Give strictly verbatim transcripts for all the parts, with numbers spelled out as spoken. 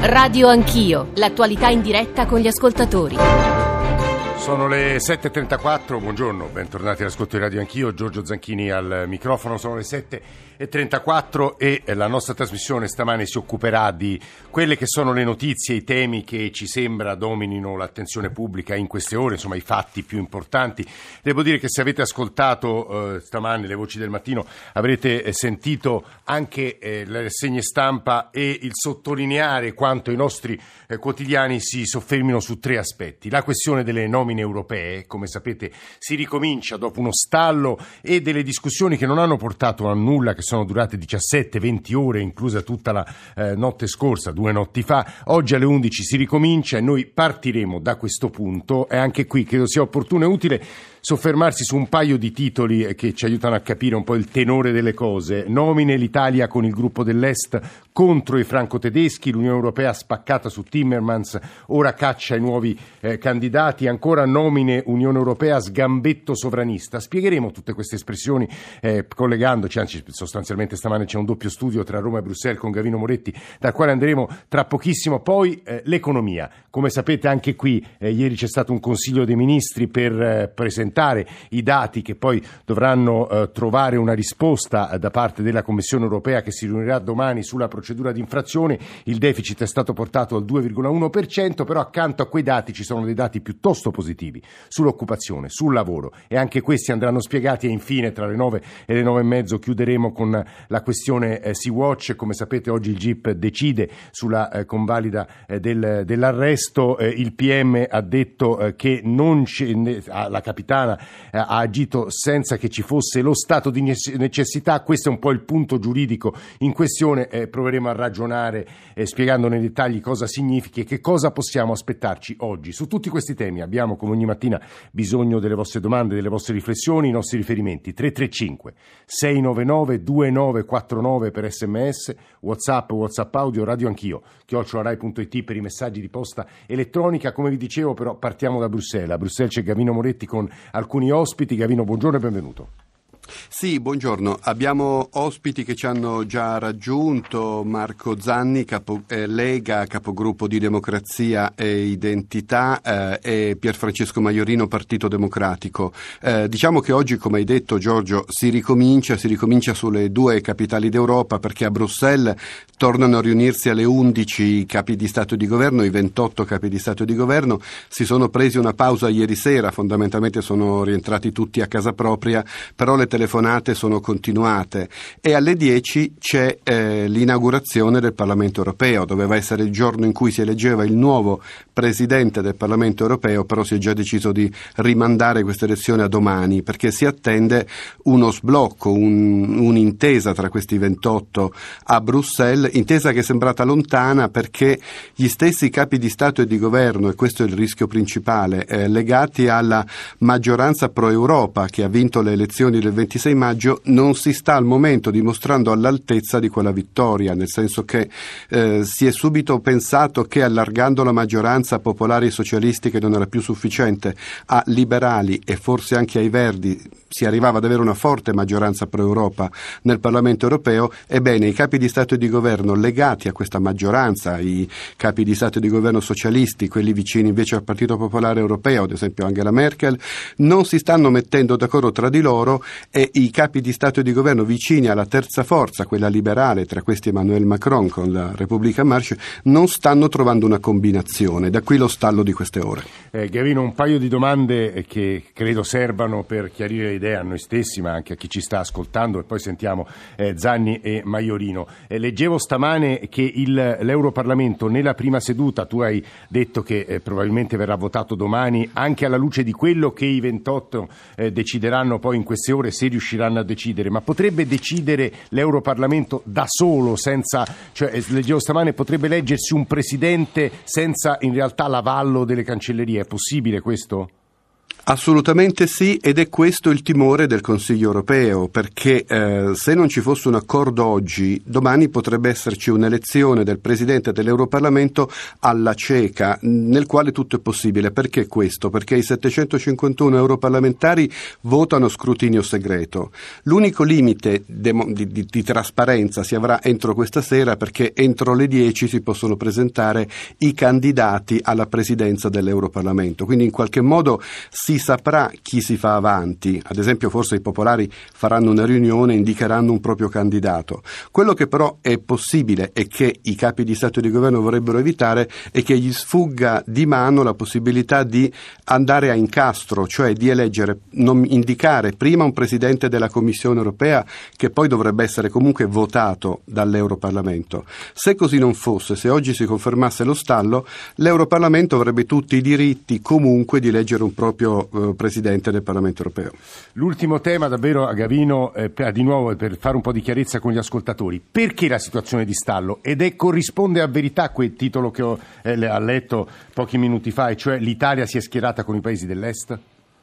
Radio Anch'io, l'attualità in diretta con gli ascoltatori. Sono le sette e trentaquattro, buongiorno, bentornati all'ascolto di Radio Anch'io, Giorgio Zanchini al microfono. Sono le sette e trentaquattro e la nostra trasmissione stamane si occuperà di quelle che sono le notizie, i temi che ci sembra dominino l'attenzione pubblica in queste ore, insomma i fatti più importanti. Devo dire che se avete ascoltato eh, stamane le voci del mattino avrete eh, sentito anche eh, le rassegne stampa e il sottolineare quanto i nostri eh, quotidiani si soffermino su tre aspetti. La questione delle nomine europee, come sapete si ricomincia dopo uno stallo e delle discussioni che non hanno portato a nulla, che sono durate diciassette venti ore, inclusa tutta la eh, notte scorsa, due notti fa. Oggi alle undici si ricomincia e noi partiremo da questo punto, e anche qui credo sia opportuno e utile soffermarsi su un paio di titoli che ci aiutano a capire un po' il tenore delle cose. Nomine: l'Italia con il gruppo dell'Est contro i franco-tedeschi, l'Unione Europea spaccata su Timmermans, ora caccia i nuovi eh, candidati, ancora nomine Unione Europea, sgambetto sovranista. Spiegheremo tutte queste espressioni eh, collegandoci, anzi sostanzialmente stamane c'è un doppio studio tra Roma e Bruxelles con Gavino Moretti, dal quale andremo tra pochissimo. Poi eh, l'economia, come sapete anche qui eh, ieri c'è stato un Consiglio dei Ministri per eh, presentare i dati che poi dovranno eh, trovare una risposta eh, da parte della Commissione Europea, che si riunirà domani sulla procedura di infrazione. Il deficit è stato portato al due virgola uno per cento, però accanto a quei dati ci sono dei dati piuttosto positivi sull'occupazione, sul lavoro, e anche questi andranno spiegati. E infine tra le nove e le nove e mezzo chiuderemo con la questione eh, Sea-Watch. Come sapete oggi il G I P decide sulla eh, convalida eh, del, dell'arresto. Eh, il P M ha detto eh, che non c'è, ne, la capitale ha agito senza che ci fosse lo stato di necessità. Questo è un po' il punto giuridico in questione. Eh, proveremo a ragionare eh, spiegando nei dettagli cosa significa e che cosa possiamo aspettarci oggi. Su tutti questi temi abbiamo, come ogni mattina, bisogno delle vostre domande, delle vostre riflessioni. I nostri riferimenti: tre tre cinque sei nove nove due nove quattro nove per sms, whatsapp, whatsapp audio, radio anch'io chiocciola rai punto it per i messaggi di posta elettronica. Come vi dicevo, però, partiamo da Bruxelles. A Bruxelles c'è Gavino Moretti con alcuni ospiti. Gavino, buongiorno e benvenuto. Sì, buongiorno. Abbiamo ospiti che ci hanno già raggiunto: Marco Zanni, capo, eh, Lega, capogruppo di Democrazia e Identità, eh, e Pierfrancesco Maiorino, Partito Democratico. Eh, diciamo che oggi, come hai detto Giorgio, si ricomincia, si ricomincia sulle due capitali d'Europa, perché a Bruxelles tornano a riunirsi alle undici i capi di Stato e di Governo, i ventotto capi di Stato e di Governo. Si sono presi una pausa ieri sera, fondamentalmente sono rientrati tutti a casa propria, però le telefonate sono continuate, e alle dieci c'è eh, l'inaugurazione del Parlamento Europeo. Doveva essere il giorno in cui si eleggeva il nuovo Presidente del Parlamento Europeo, però si è già deciso di rimandare questa elezione a domani, perché si attende uno sblocco, un, un'intesa tra questi ventotto a Bruxelles, intesa che è sembrata lontana perché gli stessi capi di Stato e di Governo, e questo è il rischio principale, eh, legati alla maggioranza pro-Europa che ha vinto le elezioni del ventisei maggio, non si sta al momento dimostrando all'altezza di quella vittoria, nel senso che eh, si è subito pensato che allargando la maggioranza a popolari e socialisti, che non era più sufficiente, a liberali e forse anche ai verdi, si arrivava ad avere una forte maggioranza pro-Europa nel Parlamento Europeo. Ebbene, i capi di Stato e di Governo legati a questa maggioranza, i capi di Stato e di Governo socialisti, quelli vicini invece al Partito Popolare Europeo, ad esempio Angela Merkel, non si stanno mettendo d'accordo tra di loro, e i capi di Stato e di Governo vicini alla terza forza, quella liberale, tra questi Emmanuel Macron con la Repubblica En Marche, non stanno trovando una combinazione. Da qui lo stallo di queste ore. Eh, Gavino, un paio di domande che credo servano per chiarire idea a noi stessi, ma anche a chi ci sta ascoltando, e poi sentiamo eh, Zanni e Maiorino. Eh, leggevo stamane che il, l'Europarlamento nella prima seduta, tu hai detto che eh, probabilmente verrà votato domani, anche alla luce di quello che i ventotto eh, decideranno poi in queste ore, se riusciranno a decidere, ma potrebbe decidere l'Europarlamento da solo, senza, cioè leggevo stamane, potrebbe eleggersi un presidente senza in realtà l'avallo delle cancellerie. È possibile questo? Assolutamente sì, ed è questo il timore del Consiglio europeo, perché eh, se non ci fosse un accordo oggi, domani potrebbe esserci un'elezione del Presidente dell'Europarlamento alla cieca, nel quale tutto è possibile. Perché questo? Perché i settecentocinquantuno europarlamentari votano scrutinio segreto. L'unico limite demo, di, di, di trasparenza si avrà entro questa sera, perché entro le dieci si possono presentare i candidati alla presidenza dell'Europarlamento, quindi in qualche modo si si saprà chi si fa avanti. Ad esempio, forse i popolari faranno una riunione e indicheranno un proprio candidato. Quello che però è possibile e che i capi di Stato e di Governo vorrebbero evitare è che gli sfugga di mano la possibilità di andare a incastro, cioè di eleggere, non indicare prima un presidente della Commissione europea che poi dovrebbe essere comunque votato dall'Europarlamento. Se così non fosse, se oggi si confermasse lo stallo, l'Europarlamento avrebbe tutti i diritti comunque di eleggere un proprio Presidente del Parlamento europeo. L'ultimo tema davvero, a Gavino, eh, per, di nuovo per fare un po' di chiarezza con gli ascoltatori: perché la situazione di stallo? Ed è corrisponde a verità quel titolo che ho eh, ha letto pochi minuti fa, e cioè l'Italia si è schierata con i paesi dell'est?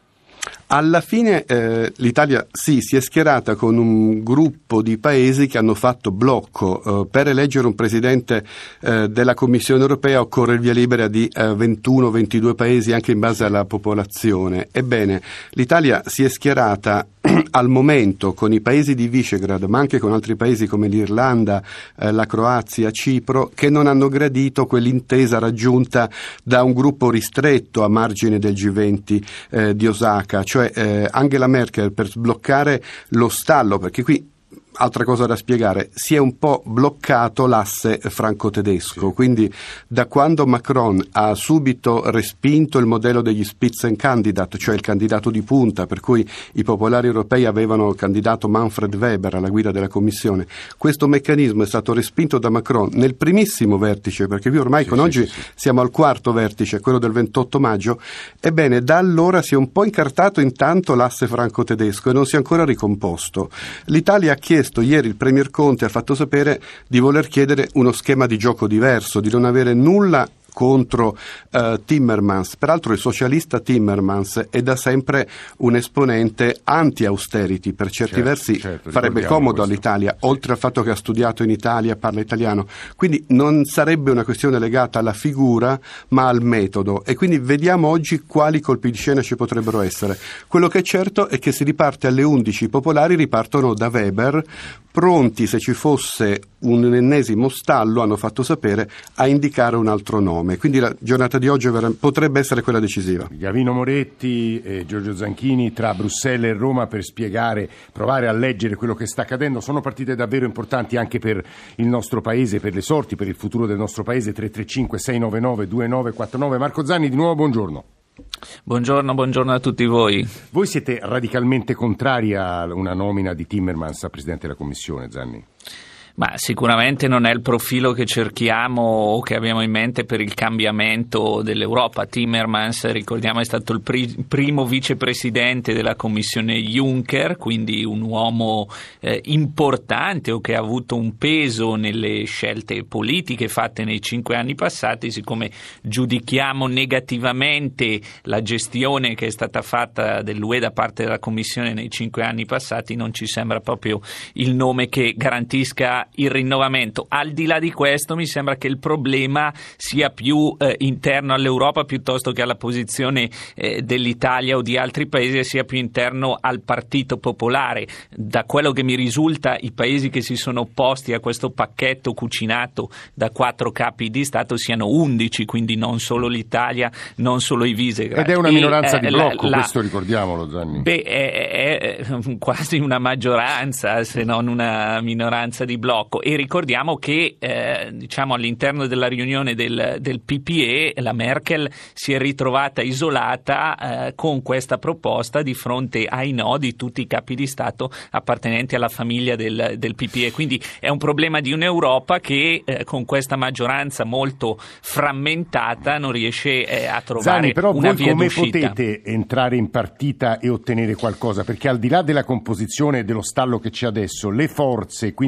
Alla fine eh, l'Italia sì, si è schierata con un gruppo di paesi che hanno fatto blocco. Eh, per eleggere un presidente eh, della Commissione europea occorre il via libera di eh, ventuno ventidue paesi, anche in base alla popolazione. Ebbene, l'Italia si è schierata al momento con i paesi di Visegrad, ma anche con altri paesi come l'Irlanda, eh, la Croazia, Cipro, che non hanno gradito quell'intesa raggiunta da un gruppo ristretto a margine del G venti eh, di Osaka, cioè eh, Angela Merkel, per sbloccare lo stallo, perché qui altra cosa da spiegare, si è un po' bloccato l'asse franco-tedesco, sì. Quindi da quando Macron ha subito respinto il modello degli Spitzenkandidat, cioè il candidato di punta, per cui i popolari europei avevano il candidato Manfred Weber alla guida della Commissione, questo meccanismo è stato respinto da Macron nel primissimo vertice, perché qui ormai sì, con sì, oggi sì, sì. siamo al quarto vertice, quello del ventotto maggio, ebbene da allora si è un po' incartato intanto l'asse franco-tedesco e non si è ancora ricomposto. L'Italia ha chiesto ieri, il Premier Conte ha fatto sapere di voler chiedere uno schema di gioco diverso, di non avere nulla contro uh, Timmermans. Peraltro il socialista Timmermans è da sempre un esponente anti-austerity, per certi certo, versi certo, farebbe comodo questo. all'Italia, sì. Oltre al fatto che ha studiato in Italia, parla italiano, quindi non sarebbe una questione legata alla figura ma al metodo, e quindi vediamo oggi quali colpi di scena ci potrebbero essere. Quello che è certo è che si riparte alle undici, i popolari ripartono da Weber, pronti, se ci fosse un ennesimo stallo, hanno fatto sapere, a indicare un altro nome. Quindi la giornata di oggi potrebbe essere quella decisiva. Gavino Moretti e Giorgio Zanchini tra Bruxelles e Roma per spiegare, provare a leggere quello che sta accadendo. Sono partite davvero importanti anche per il nostro paese, per le sorti, per il futuro del nostro paese. Tre tre cinque sei nove nove due nove quattro nove. Marco Zanni, di nuovo buongiorno. Buongiorno, buongiorno a tutti voi. Voi siete radicalmente contrari a una nomina di Timmermans a Presidente della Commissione, Zanni? Ma sicuramente non è il profilo che cerchiamo o che abbiamo in mente per il cambiamento dell'Europa. Timmermans, ricordiamo, è stato il pri- primo vicepresidente della Commissione Juncker, quindi un uomo eh, importante o che ha avuto un peso nelle scelte politiche fatte nei cinque anni passati. Siccome giudichiamo negativamente la gestione che è stata fatta dell'U E da parte della Commissione nei cinque anni passati, non ci sembra proprio il nome che garantisca il rinnovamento. Al di là di questo, mi sembra che il problema sia più eh, interno all'Europa piuttosto che alla posizione eh, dell'Italia o di altri paesi, e sia più interno al Partito Popolare. Da quello che mi risulta, i paesi che si sono opposti a questo pacchetto cucinato da quattro capi di Stato siano undici, quindi non solo l'Italia, non solo i Visegrad. Ed è una minoranza e, di eh, blocco, la, questo ricordiamolo, Zanni. Beh, è, è quasi una maggioranza, se non una minoranza di blocco. E ricordiamo che eh, diciamo all'interno della riunione del, del P P E la Merkel si è ritrovata isolata eh, con questa proposta di fronte ai no di tutti i capi di Stato appartenenti alla famiglia del, del P P E. Quindi è un problema di un'Europa che eh, con questa maggioranza molto frammentata non riesce eh, a trovare Zanni, però una voi via come d'uscita. Potete entrare in partita e ottenere qualcosa? Perché al di là della composizione e dello stallo che c'è adesso, le forze, quindi le decisioni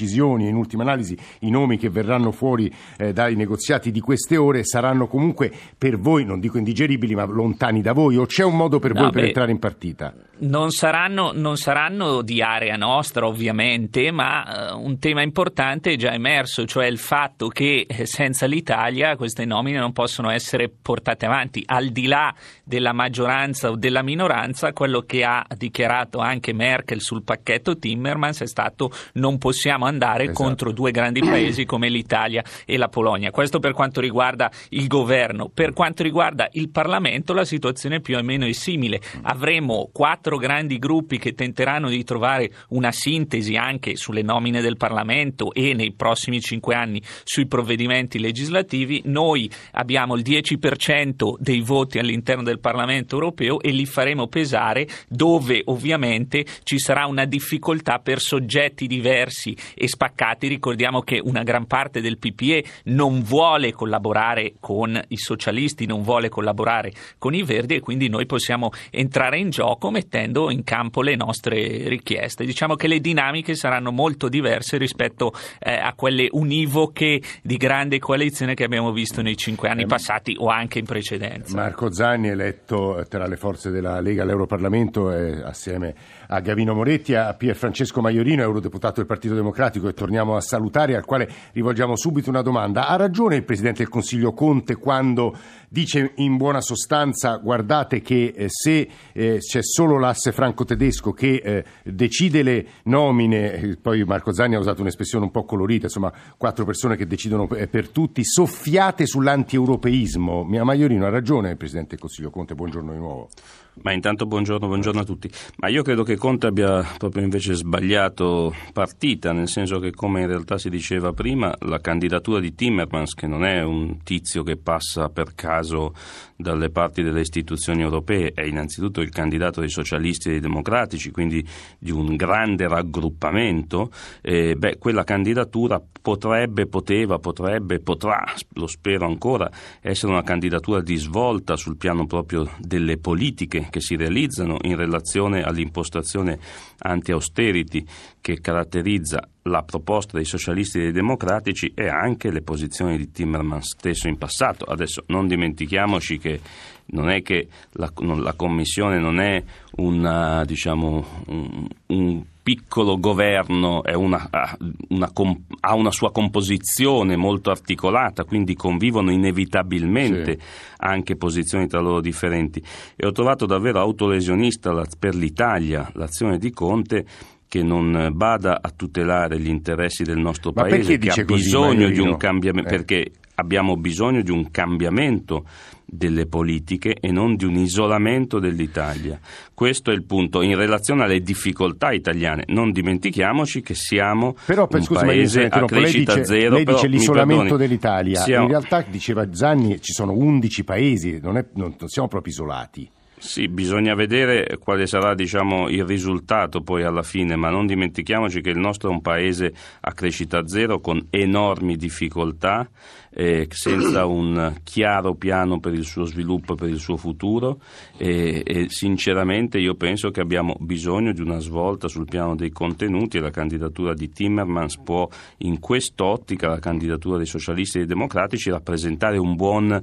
decisioni e in ultima analisi i nomi che verranno fuori eh, dai negoziati di queste ore saranno comunque per voi, non dico indigeribili, ma lontani da voi, o c'è un modo per no, voi beh, per entrare in partita? Non saranno, non saranno di area nostra ovviamente, ma uh, un tema importante è già emerso, cioè il fatto che eh, senza l'Italia queste nomine non possono essere portate avanti, al di là della maggioranza o della minoranza. Quello che ha dichiarato anche Merkel sul pacchetto Timmermans è stato: non possiamo andare esatto. contro due grandi paesi come l'Italia e la Polonia. Questo per quanto riguarda il governo. Per quanto riguarda il Parlamento la situazione più o meno è simile. Avremo quattro grandi gruppi che tenteranno di trovare una sintesi anche sulle nomine del Parlamento e nei prossimi cinque anni sui provvedimenti legislativi. Noi abbiamo il dieci per cento dei voti all'interno del Parlamento europeo e li faremo pesare dove ovviamente ci sarà una difficoltà per soggetti diversi e spaccati. Ricordiamo che una gran parte del P P E non vuole collaborare con i socialisti, non vuole collaborare con i Verdi, e quindi noi possiamo entrare in gioco mettendo in campo le nostre richieste. Diciamo che le dinamiche saranno molto diverse rispetto eh, a quelle univoche di grande coalizione che abbiamo visto nei cinque anni passati o anche in precedenza. Marco Zanni, eletto tra le forze della Lega all'Europarlamento eh, assieme a Gavino Moretti, a Pier Francesco Maiorino, eurodeputato del Partito Democratico, e torniamo a salutare, al quale rivolgiamo subito una domanda. Ha ragione il Presidente del Consiglio Conte quando dice in buona sostanza: guardate che eh, se eh, c'è solo l'asse franco-tedesco che eh, decide le nomine, eh, poi Marco Zanni ha usato un'espressione un po' colorita, insomma quattro persone che decidono per, per tutti, soffiate sull'anti-europeismo. Mia Maiorino, ha ragione il Presidente del Consiglio Conte, buongiorno di nuovo. Ma intanto buongiorno, buongiorno a tutti. Ma io credo che Conte abbia proprio invece sbagliato partita, nel senso che, come in realtà si diceva prima, la candidatura di Timmermans, che non è un tizio che passa per caso dalle parti delle istituzioni europee, è innanzitutto il candidato dei socialisti e dei democratici, quindi di un grande raggruppamento. Eh, beh, quella candidatura potrebbe, poteva, potrebbe, potrà, lo spero ancora, essere una candidatura di svolta sul piano proprio delle politiche che si realizzano in relazione all'impostazione anti-austerity che caratterizza la proposta dei socialisti e dei democratici e anche le posizioni di Timmermans stesso in passato. Adesso non dimentichiamoci che non è che la, la Commissione non è una, diciamo, un, un piccolo governo, è una, una, ha una sua composizione molto articolata, quindi convivono inevitabilmente sì. anche posizioni tra loro differenti. E ho trovato davvero autolesionista la, per l'Italia l'azione di Conte, che non bada a tutelare gli interessi del nostro Ma paese, che ha bisogno così, di un cambiamento, eh. perché abbiamo bisogno di un cambiamento delle politiche e non di un isolamento dell'Italia. Questo è il punto in relazione alle difficoltà italiane. Non dimentichiamoci che siamo però, per, un scusi, paese a crescita lei dice, zero. Lei però, dice l'isolamento perdoni, dell'Italia. siamo... In realtà, diceva Zanni, ci sono undici paesi, non, è, non, non siamo proprio isolati. Sì, bisogna vedere quale sarà, diciamo, il risultato poi alla fine, ma non dimentichiamoci che il nostro è un paese a crescita zero con enormi difficoltà, eh, senza un chiaro piano per il suo sviluppo e per il suo futuro e, e sinceramente io penso che abbiamo bisogno di una svolta sul piano dei contenuti e la candidatura di Timmermans può, in quest'ottica, la candidatura dei socialisti e dei democratici, rappresentare un buon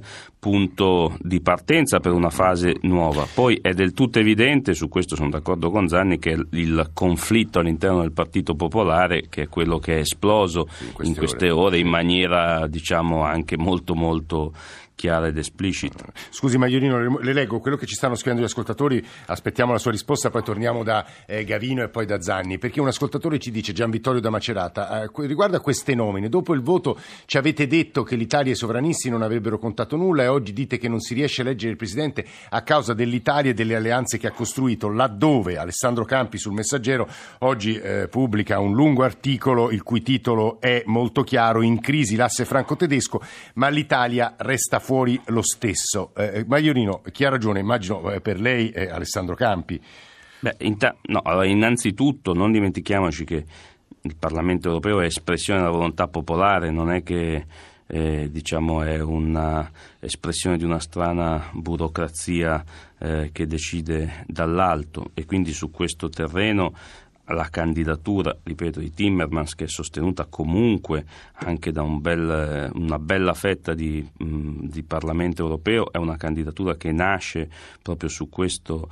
punto di partenza per una fase nuova. Poi è del tutto evidente, su questo sono d'accordo con Zanni, che il conflitto all'interno del Partito Popolare, che è quello che è esploso in queste, in queste ore. ore in maniera, diciamo, anche molto molto chiara ed esplicita. Scusi Maiorino, le leggo quello che ci stanno scrivendo gli ascoltatori, aspettiamo la sua risposta, poi torniamo da eh, Gavino e poi da Zanni, perché un ascoltatore ci dice, Gian Vittorio da Macerata, eh, riguardo a queste nomine, dopo il voto ci avete detto che l'Italia e i sovranisti non avrebbero contato nulla e oggi dite che non si riesce a eleggere il Presidente a causa dell'Italia e delle alleanze che ha costruito, laddove Alessandro Campi sul Messaggero oggi eh, pubblica un lungo articolo il cui titolo è molto chiaro: in crisi l'asse franco-tedesco, ma l'Italia resta fuori lo stesso. Eh, Maiorino, chi ha ragione? Immagino eh, per lei eh, Alessandro Campi. Beh, inta- no, allora, innanzitutto non dimentichiamoci che il Parlamento europeo è espressione della volontà popolare, non è che eh, diciamo è una espressione di una strana burocrazia eh, che decide dall'alto, e quindi su questo terreno la candidatura, ripeto, di Timmermans, che è sostenuta comunque anche da un bel, una bella fetta di, mh, di Parlamento europeo, è una candidatura che nasce proprio su questo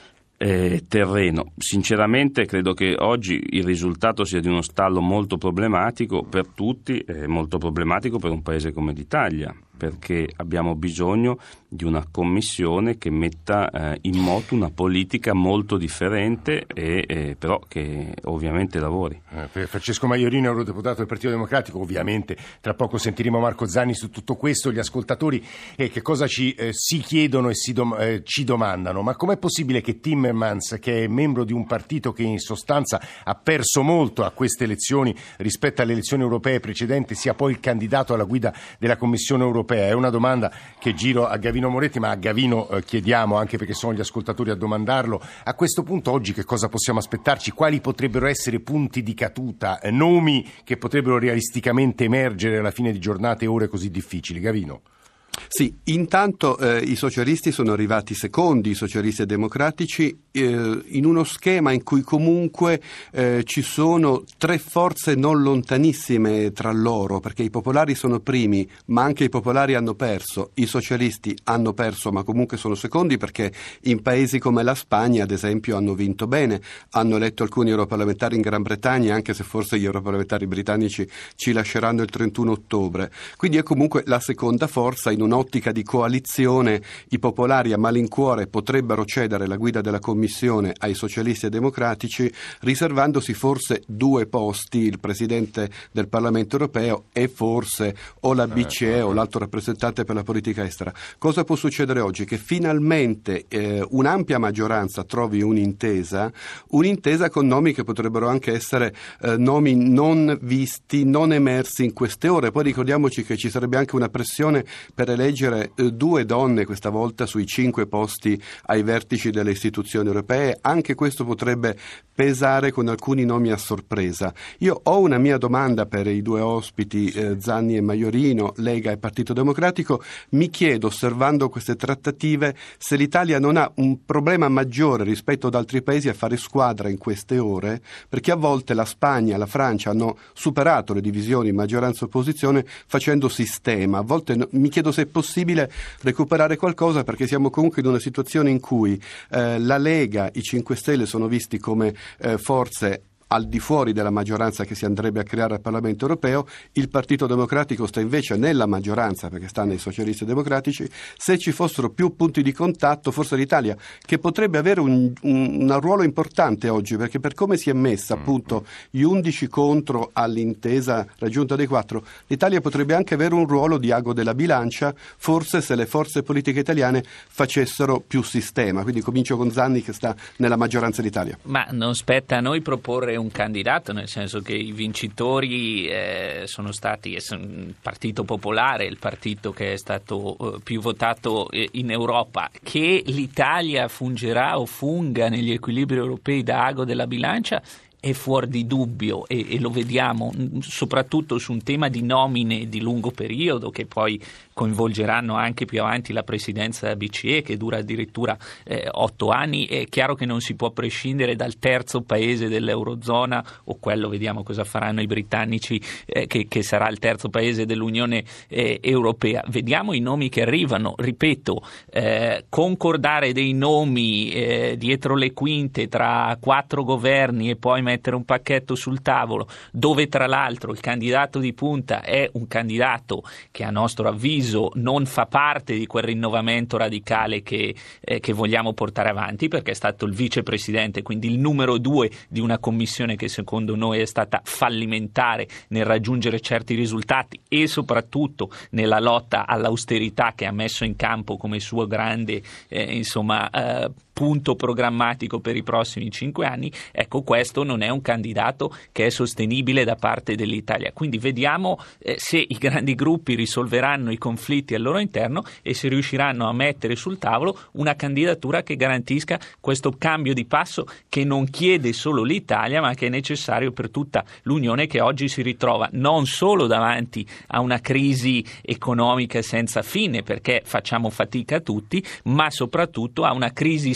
eh, terreno. Sinceramente credo che oggi il risultato sia di uno stallo molto problematico per tutti, e molto problematico per un paese come l'Italia, perché abbiamo bisogno di una commissione che metta eh, in moto una politica molto differente e eh, però che ovviamente lavori. Eh, Francesco Maiorino, eurodeputato del Partito Democratico, ovviamente tra poco sentiremo Marco Zanni su tutto questo. Gli ascoltatori eh, che cosa ci eh, si chiedono e si dom- eh, ci domandano: ma com'è possibile che Timmermans, che è membro di un partito che in sostanza ha perso molto a queste elezioni rispetto alle elezioni europee precedenti, sia poi il candidato alla guida della Commissione europea? È una domanda che giro a Gavino Moretti, ma a Gavino eh, chiediamo, anche perché sono gli ascoltatori a domandarlo, a questo punto oggi che cosa possiamo aspettarci? Quali potrebbero essere punti di caduta, eh, nomi che potrebbero realisticamente emergere alla fine di giornate e ore così difficili? Gavino. Sì, intanto eh, i socialisti sono arrivati secondi, i socialisti democratici, eh, in uno schema in cui comunque eh, ci sono tre forze non lontanissime tra loro, perché i popolari sono primi, ma anche i popolari hanno perso, i socialisti hanno perso, ma comunque sono secondi, perché in paesi come la Spagna, ad esempio, hanno vinto bene, hanno eletto alcuni europarlamentari in Gran Bretagna, anche se forse gli europarlamentari britannici ci lasceranno il trentuno ottobre. Quindi è comunque la seconda forza. In un'ottica di coalizione, i popolari a malincuore potrebbero cedere la guida della Commissione ai socialisti e democratici, riservandosi forse due posti, il Presidente del Parlamento europeo e forse o la B C E o l'alto rappresentante per la politica estera. Cosa può succedere oggi? Che finalmente eh, un'ampia maggioranza trovi un'intesa, un'intesa con nomi che potrebbero anche essere eh, nomi non visti, non emersi in queste ore. Poi ricordiamoci che ci sarebbe anche una pressione per eleggere eh, due donne questa volta sui cinque posti ai vertici delle istituzioni europee. Anche questo potrebbe pesare con alcuni nomi a sorpresa. Io ho una mia domanda per i due ospiti, eh, Zanni e Maiorino, Lega e Partito Democratico. Mi chiedo, osservando queste trattative, se l'Italia non ha un problema maggiore rispetto ad altri paesi a fare squadra in queste ore, perché a volte la Spagna e la Francia hanno superato le divisioni maggioranza-opposizione facendo sistema. A volte no, mi chiedo se è possibile recuperare qualcosa, perché siamo comunque in una situazione in cui eh, la Lega, i cinque Stelle sono visti come eh, forze al di fuori della maggioranza che si andrebbe a creare al Parlamento europeo, il Partito Democratico sta invece nella maggioranza perché sta nei socialisti democratici. Se ci fossero più punti di contatto, forse l'Italia, che potrebbe avere un, un, un ruolo importante oggi, perché per come si è messa appunto gli undici contro all'intesa raggiunta dei quattro, l'Italia potrebbe anche avere un ruolo di ago della bilancia, forse se le forze politiche italiane facessero più sistema. Quindi comincio con Zanni, che sta nella maggioranza d'Italia. Ma non spetta a noi proporre un candidato, nel senso che i vincitori eh, sono stati il Partito Popolare, il partito che è stato eh, più votato eh, in Europa. Che l'Italia fungerà o funga negli equilibri europei da ago della bilancia è fuori di dubbio, e, e lo vediamo soprattutto su un tema di nomine di lungo periodo che poi coinvolgeranno anche più avanti la presidenza della B C E, che dura addirittura eh, otto anni. È chiaro che non si può prescindere dal terzo paese dell'Eurozona, o quello, vediamo cosa faranno i britannici, eh, che, che sarà il terzo paese dell'Unione eh, Europea. Vediamo i nomi che arrivano, ripeto, eh, concordare dei nomi eh, dietro le quinte tra quattro governi e poi mettere un pacchetto sul tavolo, dove tra l'altro il candidato di punta è un candidato che a nostro avviso non fa parte di quel rinnovamento radicale che, eh, che vogliamo portare avanti, perché è stato il vicepresidente, quindi il numero due di una commissione che secondo noi è stata fallimentare nel raggiungere certi risultati e soprattutto nella lotta all'austerità che ha messo in campo come suo grande eh, insomma eh, punto programmatico per i prossimi cinque anni. Ecco, questo non è un candidato che è sostenibile da parte dell'Italia. Quindi vediamo eh, se i grandi gruppi risolveranno i conflitti al loro interno e se riusciranno a mettere sul tavolo una candidatura che garantisca questo cambio di passo che non chiede solo l'Italia, ma che è necessario per tutta l'Unione, che oggi si ritrova non solo davanti a una crisi economica senza fine, perché facciamo fatica tutti, ma soprattutto a una crisi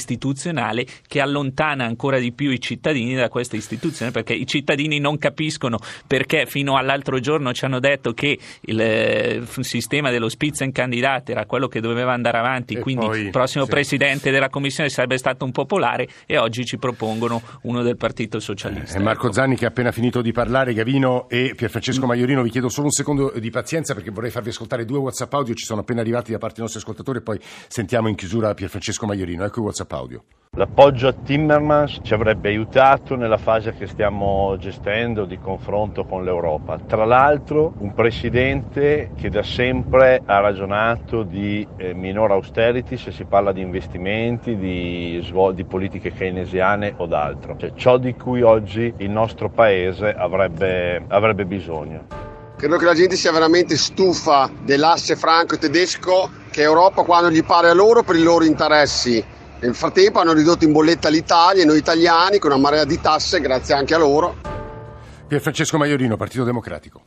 istituzionale che allontana ancora di più i cittadini da questa istituzione, perché i cittadini non capiscono perché fino all'altro giorno ci hanno detto che il, il sistema dello Spitzenkandidat era quello che doveva andare avanti, e quindi poi, il prossimo sì. presidente della commissione sarebbe stato un popolare, e oggi ci propongono uno del Partito Socialista. È Marco ecco. Zanni che ha appena finito di parlare. Gavino e Pierfrancesco Maiorino, vi chiedo solo un secondo di pazienza perché vorrei farvi ascoltare due WhatsApp audio, ci sono appena arrivati da parte dei nostri ascoltatori, e poi sentiamo in chiusura Pierfrancesco Maiorino. Ecco i WhatsApp audio. L'appoggio a Timmermans ci avrebbe aiutato nella fase che stiamo gestendo di confronto con l'Europa. Tra l'altro un presidente che da sempre ha ragionato di eh, minor austerity se si parla di investimenti, di, svol- di politiche keynesiane o d'altro. Cioè, ciò di cui oggi il nostro paese avrebbe, avrebbe bisogno. Credo che la gente sia veramente stufa dell'asse franco-tedesco che Europa quando gli pare a loro per i loro interessi. Nel frattempo hanno ridotto in bolletta l'Italia e noi italiani con una marea di tasse, grazie anche a loro. Pierfrancesco Maiorino, Partito Democratico.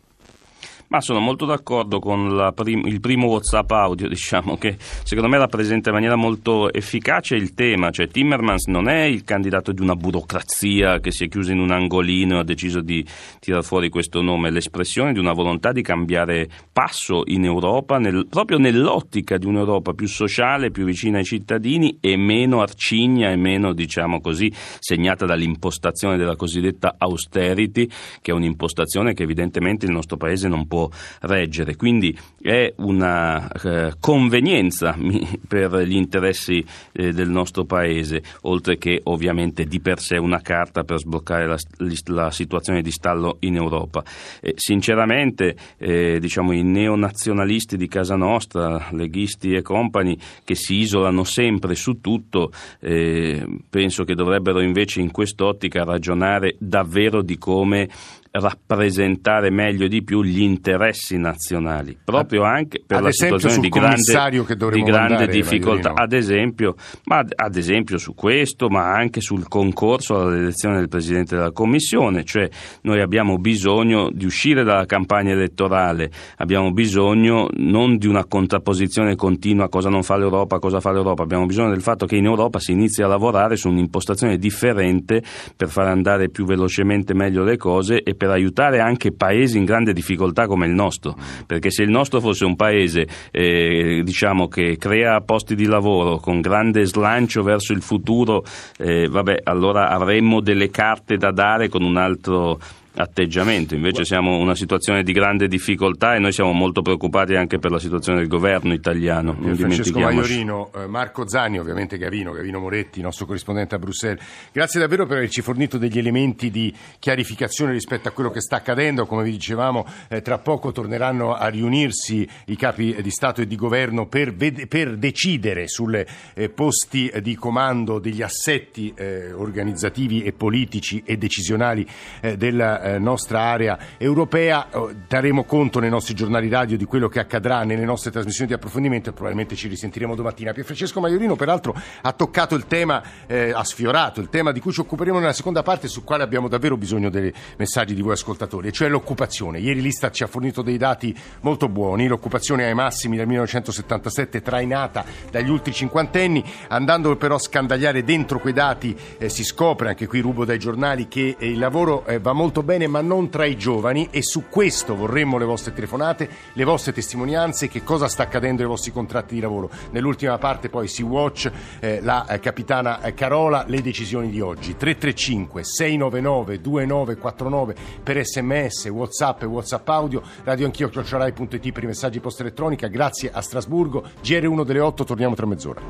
Ma sono molto d'accordo con la prim- il primo WhatsApp audio, diciamo, che secondo me rappresenta in maniera molto efficace il tema. Cioè Timmermans non è il candidato di una burocrazia che si è chiusa in un angolino e ha deciso di tirar fuori questo nome, è l'espressione di una volontà di cambiare passo in Europa, nel, proprio nell'ottica di un'Europa più sociale, più vicina ai cittadini e meno arcigna e meno, diciamo così, segnata dall'impostazione della cosiddetta austerity, che è un'impostazione che evidentemente il nostro paese non può reggere. Quindi è una eh, convenienza mi, per gli interessi eh, del nostro paese, oltre che ovviamente di per sé una carta per sbloccare la, la situazione di stallo in Europa. Eh, sinceramente eh, diciamo i neonazionalisti di casa nostra, leghisti e compagni, che si isolano sempre su tutto, eh, penso che dovrebbero invece in quest'ottica ragionare davvero di come rappresentare meglio di più gli interessi nazionali, proprio anche per ad la situazione di grande, che di grande mandare, difficoltà, Maiorino. ad esempio, ma ad esempio su questo, ma anche sul concorso all'elezione del Presidente della Commissione. Cioè noi abbiamo bisogno di uscire dalla campagna elettorale, abbiamo bisogno non di una contrapposizione continua cosa non fa l'Europa, cosa fa l'Europa, abbiamo bisogno del fatto che in Europa si inizi a lavorare su un'impostazione differente per far andare più velocemente meglio le cose e per aiutare anche paesi in grande difficoltà come il nostro, perché se il nostro fosse un paese eh, diciamo che crea posti di lavoro con grande slancio verso il futuro, eh, vabbè, allora avremmo delle carte da dare con un altro atteggiamento. Invece siamo in una situazione di grande difficoltà e noi siamo molto preoccupati anche per la situazione del governo italiano. Non Francesco Maiorino, eh, Marco Zanni, ovviamente Gavino, Gavino Moretti, nostro corrispondente a Bruxelles. Grazie davvero per averci fornito degli elementi di chiarificazione rispetto a quello che sta accadendo. Come vi dicevamo, eh, tra poco torneranno a riunirsi i capi di Stato e di Governo per, ved- per decidere sulle eh, posti di comando degli assetti eh, organizzativi e politici e decisionali eh, della nostra area europea. Daremo conto nei nostri giornali radio di quello che accadrà nelle nostre trasmissioni di approfondimento e probabilmente ci risentiremo domattina. Pierfrancesco Maiorino peraltro ha toccato il tema, eh, ha sfiorato il tema di cui ci occuperemo nella seconda parte, sul quale abbiamo davvero bisogno dei messaggi di voi ascoltatori, e cioè l'occupazione. Ieri l'Istat ci ha fornito dei dati molto buoni, l'occupazione ai massimi dal millenovecentosettantasette, trainata dagli ultimi cinquantenni. Andando però a scandagliare dentro quei dati eh, si scopre, anche qui rubo dai giornali, che eh, il lavoro eh, va molto bene, ma non tra i giovani, e su questo vorremmo le vostre telefonate, le vostre testimonianze, che cosa sta accadendo ai vostri contratti di lavoro. Nell'ultima parte poi si watch eh, la eh, capitana eh, Carola, le decisioni di oggi. Tre tre cinque sei nove nove due nove quattro nove per sms, WhatsApp e WhatsApp audio, radioanchio chiocciola rai punto it per i messaggi posta elettronica. Grazie a Strasburgo. G R uno delle otto, torniamo tra mezz'ora.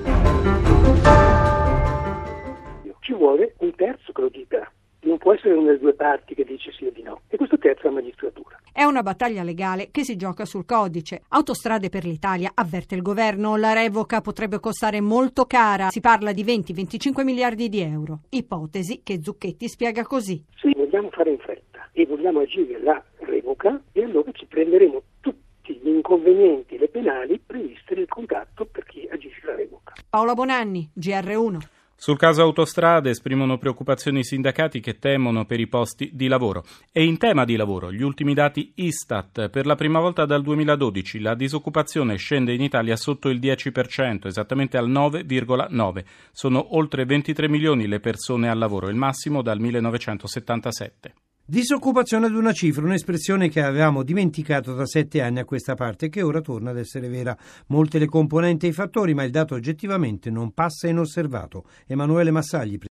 Ci vuole un terzo che lo dica. Non può essere una delle due parti che dice sì o di no. E questo terzo è la magistratura. È una battaglia legale che si gioca sul codice. Autostrade per l'Italia, avverte il governo, la revoca potrebbe costare molto cara. Si parla di venti venticinque miliardi di euro. Ipotesi che Zucchetti spiega così. Sì, vogliamo fare in fretta e vogliamo agire la revoca, e allora ci prenderemo tutti gli inconvenienti, le penali previste nel contratto per chi agisce la revoca. Paola Bonanni, G R uno. Sul caso Autostrade esprimono preoccupazioni i sindacati che temono per i posti di lavoro. E in tema di lavoro, gli ultimi dati Istat. Per la prima volta dal duemiladodici la disoccupazione scende in Italia sotto il dieci per cento, esattamente al nove virgola nove. Sono oltre ventitré milioni le persone al lavoro, il massimo dal millenovecentosettantasette. Disoccupazione ad una cifra, un'espressione che avevamo dimenticato da sette anni a questa parte e che ora torna ad essere vera. Molte le componenti e i fattori, ma il dato oggettivamente non passa inosservato. Emanuele Massagli.